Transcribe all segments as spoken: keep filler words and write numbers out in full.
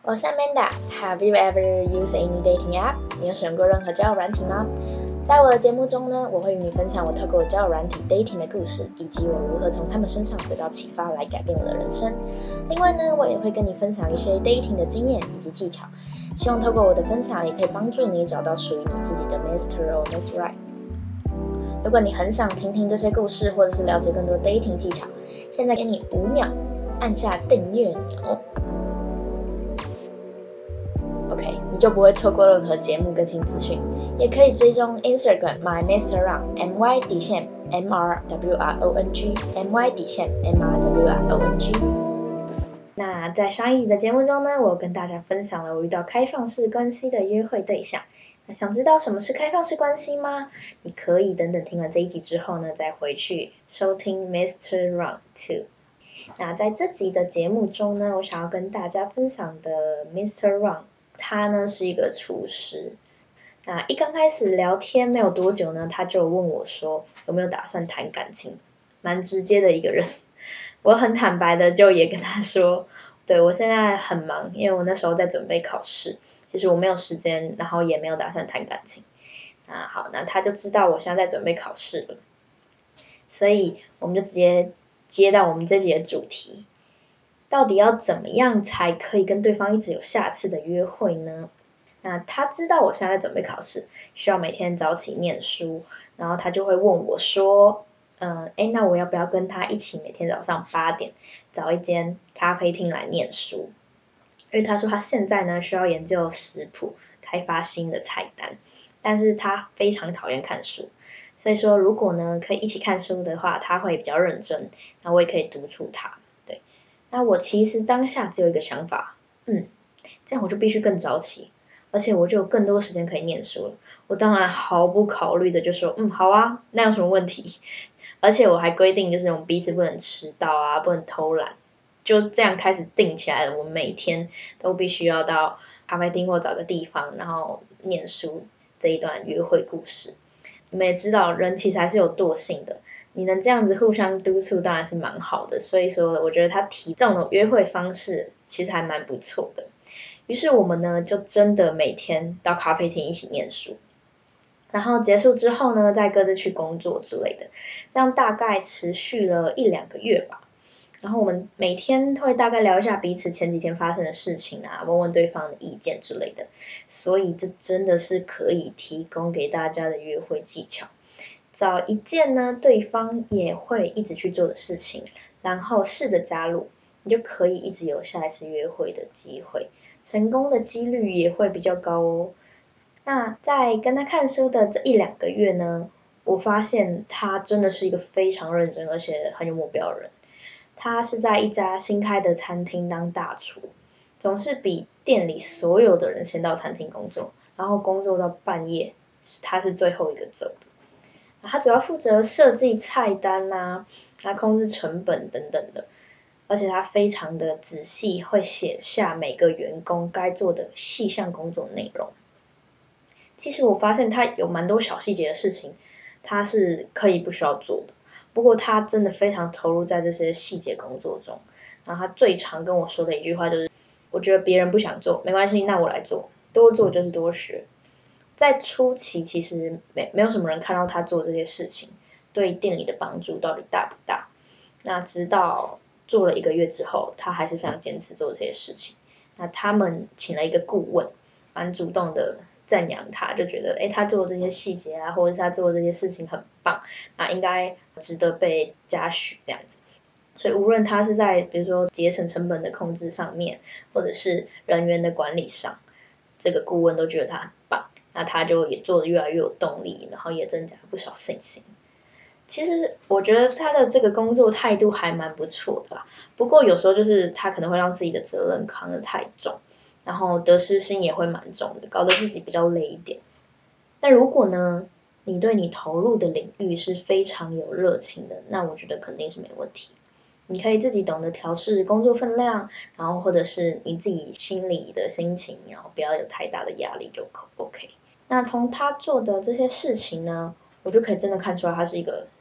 我是 Amanda. Have you ever used any dating app? 你有使用过任何交友软体吗？在我的节目中呢，我会与你分享我透过交友软体 dating 的故事，以及我如何从他们身上得到启发来改变我的人生。另外呢，我也会跟你分享一些 dating 的经验以及技巧，希望透过我的分享，也可以帮助你找到属于你自己的 Mister or Miss Right。如果你很想听听这些故事，或者是了解更多 dating 技巧，现在给你五秒，按下订阅钮。OK， 你就不会错过任何节目更新资讯，也可以追踪 Instagram my Mister Wrong M Y 底线 M R W R O N G M Y 底线 M R W R O N G。那在上一集的节目中呢，我跟大家分享了我遇到开放式关系的约会对象。那想知道什么是开放式关系吗？你可以等等听完这一集之后呢，再回去收听 Mister Wrong two。那在这集的节目中呢，我想要跟大家分享的 Mister Wrong， 他呢是一个厨师。那一刚开始聊天没有多久呢，他就问我说有没有打算谈感情，蛮直接的一个人。我很坦白的就也跟他说，对，我现在很忙，因为我那时候在准备考试，其实我没有时间，然后也没有打算谈感情。那好，那他就知道我现在在准备考试了，所以我们就直接接到我们这集的主题，到底要怎么样才可以跟对方一直有下次的约会呢？那他知道我现在在准备考试，需要每天早起念书，然后他就会问我说，嗯，诶，那我要不要跟他一起每天早上八点找一间咖啡厅来念书？因为他说他现在呢需要研究食谱，开发新的菜单，但是他非常讨厌看书，所以说如果呢可以一起看书的话，他会比较认真，那我也可以督促他。对，那我其实当下只有一个想法，嗯，这样我就必须更早起，而且我就有更多时间可以念书了。我当然毫不考虑的就说，嗯，好啊，那有什么问题？而且我还规定，就是我们彼此不能迟到啊，不能偷懒，就这样开始定起来了。我每天都必须要到咖啡厅或找个地方，然后念书这一段约会故事。你们也知道，人其实还是有惰性的，你能这样子互相督促，当然是蛮好的。所以说，我觉得他提这种约会方式其实还蛮不错的。于是我们呢，就真的每天到咖啡厅一起念书，然后结束之后呢，再各自去工作之类的，这样大概持续了一两个月吧。然后我们每天会大概聊一下彼此前几天发生的事情啊，问问对方的意见之类的。所以这真的是可以提供给大家的约会技巧。找一件呢，对方也会一直去做的事情，然后试着加入，你就可以一直有下一次约会的机会，成功的几率也会比较高哦。那在跟他看书的这一两个月呢，我发现他真的是一个非常认真而且很有目标的人。他是在一家新开的餐厅当大厨，总是比店里所有的人先到餐厅工作，然后工作到半夜，他是最后一个走的。他主要负责设计菜单啊，他控制成本等等的，而且他非常的仔细，会写下每个员工该做的细项工作内容。其实我发现他有蛮多小细节的事情，他是可以不需要做的。不过他真的非常投入在这些细节工作中。然后他最常跟我说的一句话就是，我觉得别人不想做，没关系，那我来做，多做就是多学。在初期其实没没有什么人看到他做这些事情，对店里的帮助到底大不大。那直到做了一个月之后，他还是非常坚持做这些事情。那他们请了一个顾问，蛮主动的赞扬他，就觉得诶他做的这些细节啊，或者是他做的这些事情很棒，那应该值得被嘉许这样子。所以无论他是在比如说节省成本的控制上面，或者是人员的管理上，这个顾问都觉得他很棒，那他就也做得越来越有动力，然后也增加不少信心。其实我觉得他的这个工作态度还蛮不错的啦，不过有时候就是他可能会让自己的责任扛得太重，然后得失心也会蛮重的，搞得自己比较累一点。但如果呢，你对你投入的领域是非常有热情的，那我觉得肯定是没问题。你可以自己懂得调试工作分量，然后或者是你自己心里的心情，然后不要有太大的压力就 OK。那从他做的这些事情呢，我就可以真的看出来他是一个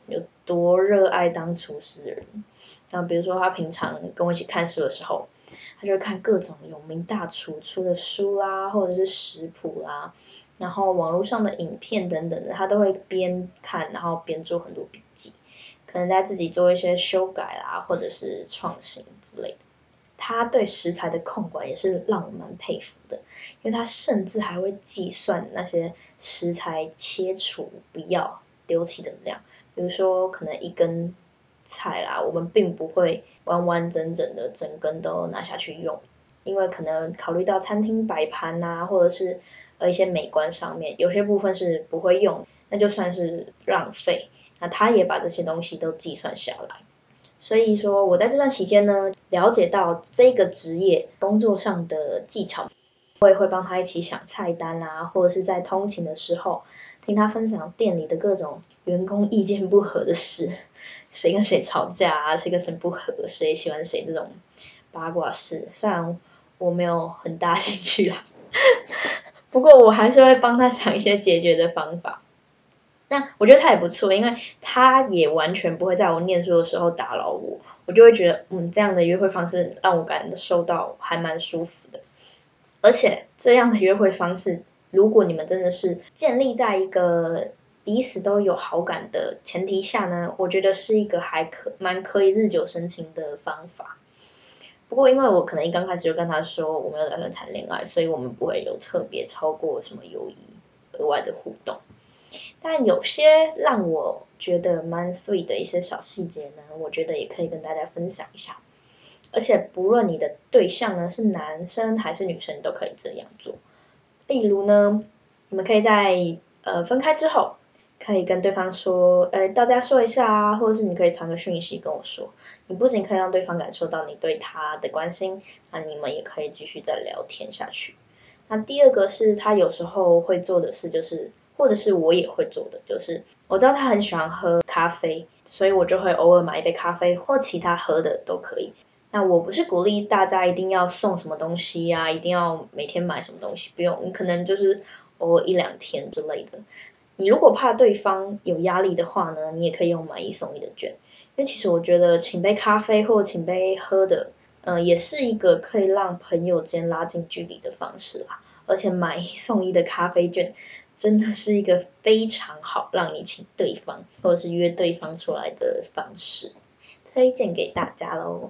有多热爱当厨师的人。然后比如说他平常跟我一起看书的时候，他就会看各种有名大厨出的书啦，或者是食谱啦，然后网络上的影片等等的，他都会边看然后边做很多笔记，可能在自己做一些修改啦，或者是创新之类的。他对食材的控管也是让我蛮佩服的，因为他甚至还会计算那些食材切除不要丢弃的量，比如说可能一根菜啦，我们并不会完完整整的整根都拿下去用，因为可能考虑到餐厅摆盘啊，或者是呃一些美观上面，有些部分是不会用，那就算是浪费。那他也把这些东西都计算下来。所以说我在这段期间呢，了解到这个职业工作上的技巧，我也会帮他一起想菜单啊，或者是在通勤的时候听他分享店里的各种员工意见不合的事，谁跟谁吵架啊，谁跟谁不合，谁喜欢谁这种八卦事，虽然我没有很大兴趣啦，不过我还是会帮他想一些解决的方法。那我觉得他也不错，因为他也完全不会在我念书的时候打扰我，我就会觉得嗯，这样的约会方式让我感受到还蛮舒服的。而且这样的约会方式，如果你们真的是建立在一个彼此都有好感的前提下呢，我觉得是一个还可蛮可以日久生情的方法。不过因为我可能一刚开始就跟他说我没有打算谈恋爱，所以我们不会有特别超过什么友谊额外的互动。但有些让我觉得蛮 sweet 的一些小细节呢，我觉得也可以跟大家分享一下。而且不论你的对象呢是男生还是女生，都可以这样做。例如呢，你们可以在呃分开之后，可以跟对方说，呃，大家说一下啊，或者是你可以传个讯息跟我说。你不仅可以让对方感受到你对他的关心，那你们也可以继续再聊天下去。那第二个是他有时候会做的事，就是或者是我也会做的，就是我知道他很喜欢喝咖啡，所以我就会偶尔买一杯咖啡或其他喝的都可以。那我不是鼓励大家一定要送什么东西啊，一定要每天买什么东西，不用，你可能就是偶尔一两天之类的。你如果怕对方有压力的话呢，你也可以用买一送一的券，因为其实我觉得请杯咖啡或请杯喝的，呃，也是一个可以让朋友间拉近距离的方式啦。而且买一送一的咖啡券，真的是一个非常好让你请对方或者是约对方出来的方式，推荐给大家咯。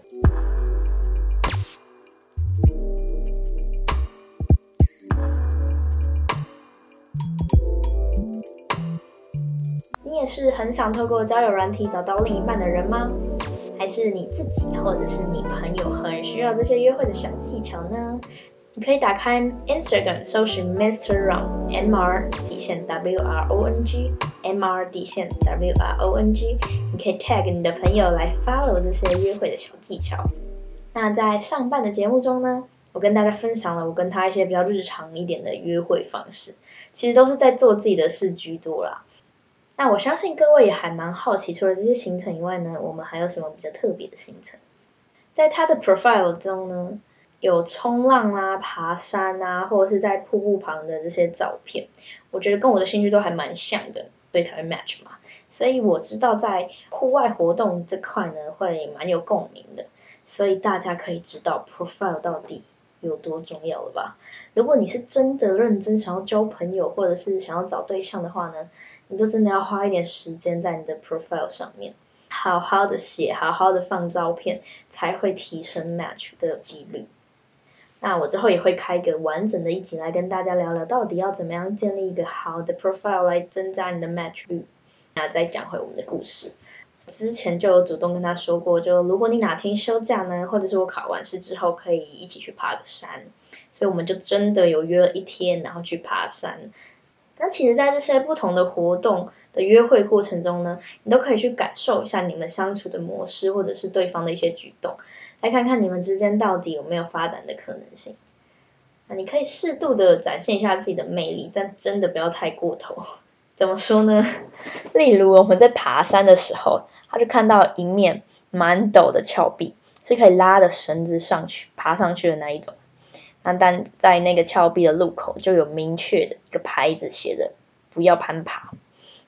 你也是很想透过交友软体找到另一半的人吗？还是你自己或者是你朋友很需要这些约会的小技巧呢？你可以打开 Instagram 搜寻 Mister Wrong M R 底线 W R O N G M R 底线 W R O N G， 你可以 tag 你的朋友来 follow 这些约会的小技巧。那在上半的节目中呢，我跟大家分享了我跟他一些比较日常一点的约会方式，其实都是在做自己的事居多啦。那我相信各位也还蛮好奇，除了这些行程以外呢，我们还有什么比较特别的行程？在他的 profile 中呢，有冲浪啊、爬山啊，或者是在瀑布旁的这些照片，我觉得跟我的兴趣都还蛮像的，所以才会 match 嘛。所以我知道在户外活动这块呢，会蛮有共鸣的，所以大家可以知道 profile 到底有多重要了吧？如果你是真的认真想要交朋友，或者是想要找对象的话呢，你就真的要花一点时间在你的 profile 上面，好好的写，好好的放照片，才会提升 match 的几率。那我之后也会开一个完整的一集来跟大家聊聊，到底要怎么样建立一个好的 profile 来增加你的 match 率。那再讲回我们的故事，之前就有主动跟他说过，就如果你哪天休假呢，或者是我考完试之后可以一起去爬个山，所以我们就真的有约了一天，然后去爬山。那其实在这些不同的活动的约会过程中呢，你都可以去感受一下你们相处的模式，或者是对方的一些举动，来看看你们之间到底有没有发展的可能性。那你可以适度的展现一下自己的魅力，但真的不要太过头。怎么说呢？例如我们在爬山的时候，他就看到一面蛮陡的峭壁，是可以拉着绳子上去爬上去的那一种。那但在那个峭壁的路口就有明确的一个牌子写着不要攀爬。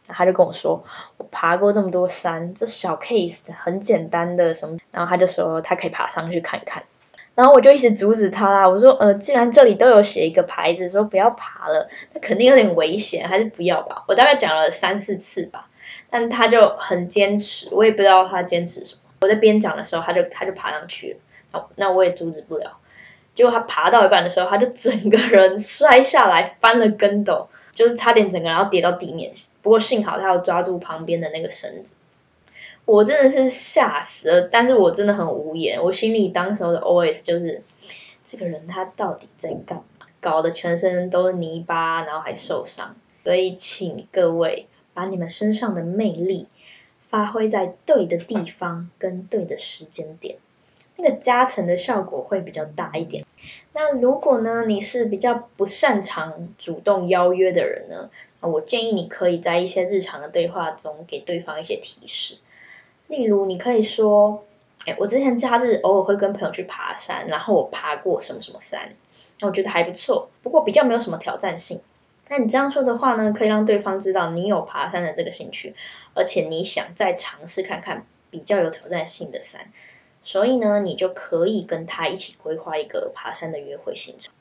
他就跟我说，我爬过这么多山，这小 case 很简单的什么，然后他就说他可以爬上去看看。然后我就一直阻止他啦，我说呃，既然这里都有写一个牌子说不要爬了，那肯定有点危险，还是不要吧。我大概讲了三四次吧，但他就很坚持，我也不知道他坚持什么。我在边讲的时候，他就他就爬上去了，那我也阻止不了。结果他爬到一半的时候，他就整个人摔下来，翻了跟斗，就是差点整个人要跌到地面。不过幸好他有抓住旁边的那个绳子。我真的是吓死了，但是我真的很无言。我心里当时的 O S 就是，这个人他到底在干嘛？搞得全身都是泥巴，然后还受伤。所以请各位把你们身上的魅力发挥在对的地方跟对的时间点，那个加成的效果会比较大一点。那如果呢你是比较不擅长主动邀约的人呢，我建议你可以在一些日常的对话中给对方一些提示。例如你可以说，哎，我之前假日偶尔会跟朋友去爬山，然后我爬过什么什么山，那我觉得还不错，不过比较没有什么挑战性。那你这样说的话呢，可以让对方知道你有爬山的这个兴趣，而且你想再尝试看看比较有挑战性的山，所以呢，你就可以跟他一起规划一个爬山的约会行程。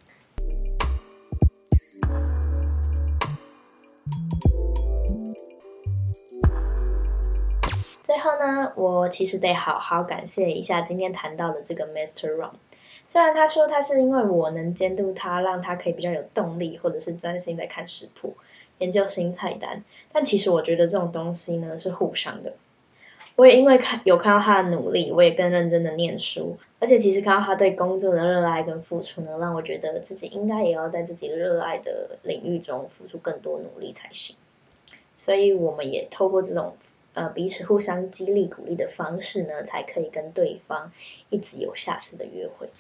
最后呢，我其实得好好感谢一下今天谈到的这个 Mister Ron。虽然他说他是因为我能监督他，让他可以比较有动力，或者是专心在看食谱、研究新菜单，但其实我觉得这种东西呢是互相的。我也因为看有看到他的努力，我也更认真的念书，而且其实看到他对工作的热爱跟付出呢，让我觉得自己应该也要在自己热爱的领域中付出更多努力才行。所以我们也透过这种呃，彼此互相激励鼓励的方式呢，才可以跟对方一直有下次的约会。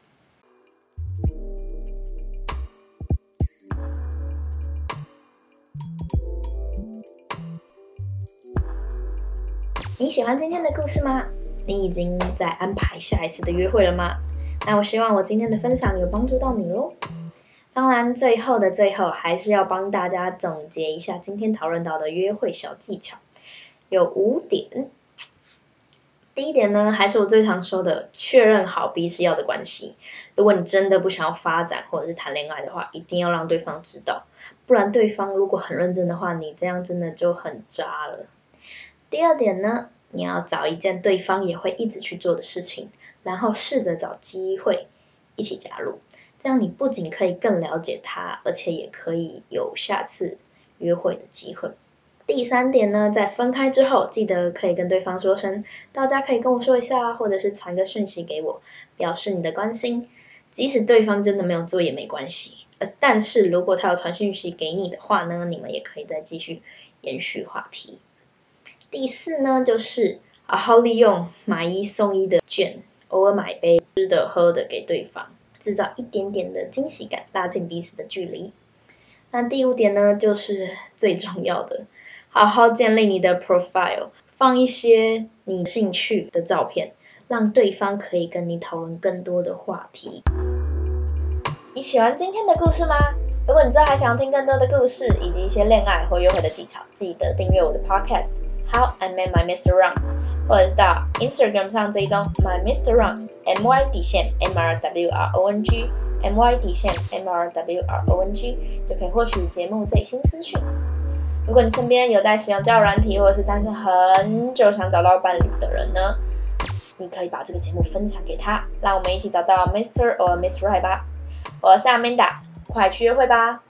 你喜欢今天的故事吗？你已经在安排下一次的约会了吗？那我希望我今天的分享有帮助到你咯。当然最后的最后，还是要帮大家总结一下今天讨论到的约会小技巧。有五点。第一点呢，还是我最常说的，确认好彼此要的关系。如果你真的不想要发展或者是谈恋爱的话，一定要让对方知道，不然对方如果很认真的话，你这样真的就很渣了。第二点呢，你要找一件对方也会一直去做的事情，然后试着找机会一起加入，这样你不仅可以更了解他，而且也可以有下次约会的机会。第三点呢，在分开之后，记得可以跟对方说声，大家可以跟我说一下，或者是传个讯息给我，表示你的关心。即使对方真的没有做也没关系，但是如果他有传讯息给你的话呢，你们也可以再继续延续话题。第四呢，就是好好利用买一送一的券，偶尔买杯吃的喝的给对方，制造一点点的惊喜感，拉近彼此的距离。那第五点呢，就是最重要的，好好建立你的 profile， 放一些你兴趣的照片，让对方可以跟你讨论更多的话题。你喜欢今天的故事吗？如果你之后还想听更多的故事，以及一些恋爱或约会的技巧，记得订阅我的 podcast How I Met My Mister Ron， 或者是到 Instagram 上追踪 My Mister Ron M Y 底线 M R W R O N G M Y 底线 M R W R O N G， 就可以获取节目最新资讯。如果你身边有在使用交友软体，或者是单身很久想找到伴侣的人呢，你可以把这个节目分享给他，让我们一起找到 Mister or Miss Right 吧。我是 Amanda， 快去约会吧。